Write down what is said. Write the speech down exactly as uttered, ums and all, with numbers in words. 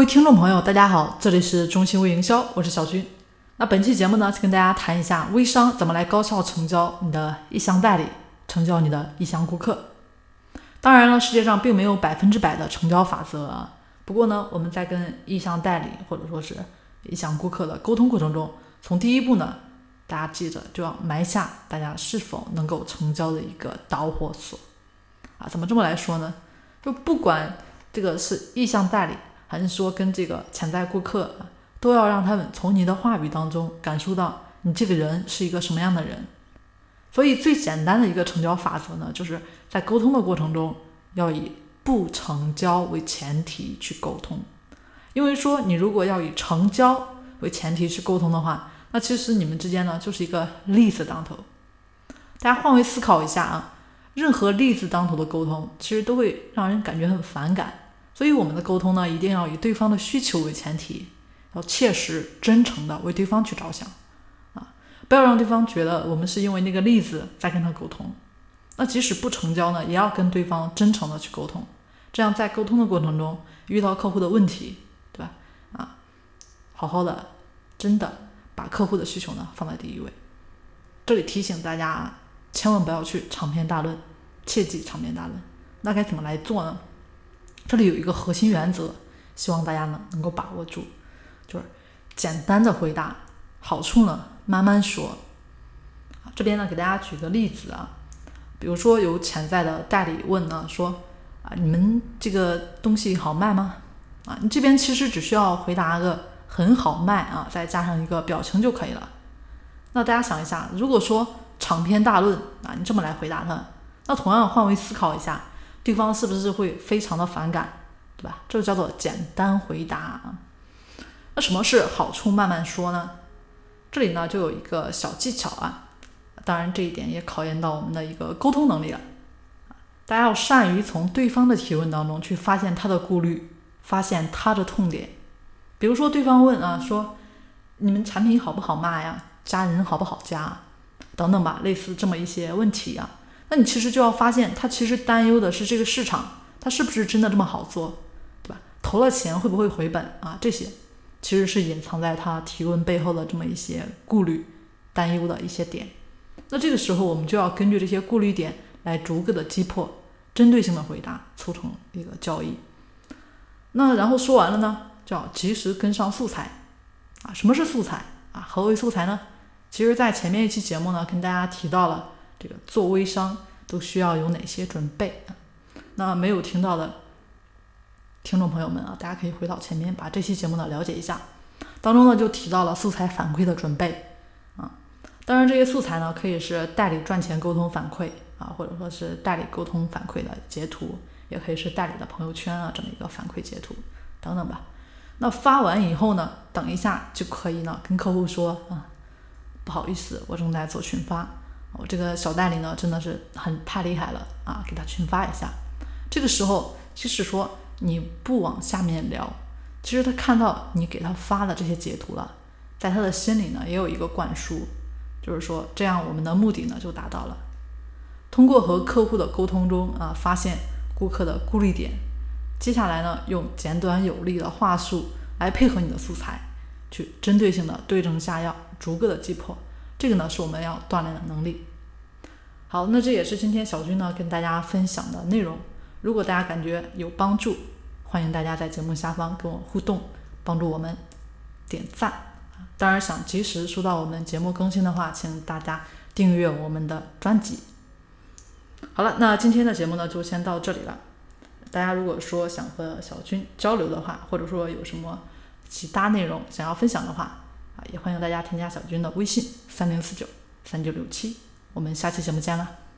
位听众朋友，大家好，这里是中心微营销，我是小军。那本期节目呢，跟大家谈一下微商怎么来高效成交你的意向代理，成交你的意向顾客。当然了，世界上并没有百分之百的成交法则啊。不过呢，我们在跟意向代理或者说是意向顾客的沟通过程中，从第一步呢，大家记着就要埋下大家是否能够成交的一个导火索啊。怎么这么来说呢？就不管这个是意向代理还是说跟这个潜在顾客，都要让他们从你的话语当中感受到你这个人是一个什么样的人。所以最简单的一个成交法则呢，就是在沟通的过程中要以不成交为前提去沟通。因为说你如果要以成交为前提去沟通的话，那其实你们之间呢就是一个利字当头。大家换位思考一下啊，任何利字当头的沟通其实都会让人感觉很反感。所以我们的沟通呢，一定要以对方的需求为前提，要切实真诚的为对方去着想啊，不要让对方觉得我们是因为那个例子在跟他沟通。那即使不成交呢，也要跟对方真诚的去沟通，这样在沟通的过程中遇到客户的问题，对吧？啊，好好的真的把客户的需求呢放在第一位。这里提醒大家啊，千万不要去长篇大论，切忌长篇大论。那该怎么来做呢？这里有一个核心原则，希望大家呢能够把握住，就是简单的回答，好处呢慢慢说。这边呢给大家举个例子啊，比如说有潜在的代理问呢说啊，你们这个东西好卖吗？啊，你这边其实只需要回答个很好卖啊，再加上一个表情就可以了。那大家想一下，如果说长篇大论啊，你这么来回答他，那同样换位思考一下，对方是不是会非常的反感，对吧？这就叫做简单回答啊。那什么是好处慢慢说呢？这里呢就有一个小技巧啊，当然这一点也考验到我们的一个沟通能力了。大家要善于从对方的提问当中去发现他的顾虑，发现他的痛点。比如说对方问啊，说你们产品好不好卖呀？加人好不好加？等等吧，类似这么一些问题啊。那你其实就要发现他其实担忧的是这个市场，他是不是真的这么好做，对吧？投了钱会不会回本啊？这些其实是隐藏在他提问背后的这么一些顾虑、担忧的一些点。那这个时候我们就要根据这些顾虑点来逐个的击破，针对性的回答，促成一个交易。那然后说完了呢，就要及时跟上素材啊。什么是素材啊？何为素材呢？其实在前面一期节目呢跟大家提到了这个做微商都需要有哪些准备。那没有听到的听众朋友们啊，大家可以回到前面把这期节目呢了解一下，当中呢就提到了素材反馈的准备啊。当然这些素材呢可以是代理赚钱沟通反馈啊，或者说是代理沟通反馈的截图，也可以是代理的朋友圈啊这么一个反馈截图等等吧。那发完以后呢，等一下就可以呢跟客户说啊，不好意思，我正在做群发，我这个小代理呢真的是很太厉害了啊，给他群发一下。这个时候即使说你不往下面聊，其实他看到你给他发的这些截图了，在他的心里呢也有一个灌输，就是说这样我们的目的呢就达到了。通过和客户的沟通中啊，发现顾客的顾虑点，接下来呢用简短有力的话术来配合你的素材，去针对性的对症下药，逐个的击破。这个呢是我们要锻炼的能力。好，那这也是今天小军呢跟大家分享的内容。如果大家感觉有帮助，欢迎大家在节目下方跟我互动，帮助我们点赞。当然想及时收到我们节目更新的话，请大家订阅我们的专辑。好了，那今天的节目呢就先到这里了。大家如果说想和小军交流的话，或者说有什么其他内容想要分享的话啊，也欢迎大家添加小军的微信三零四九三九六七，我们下期节目见了。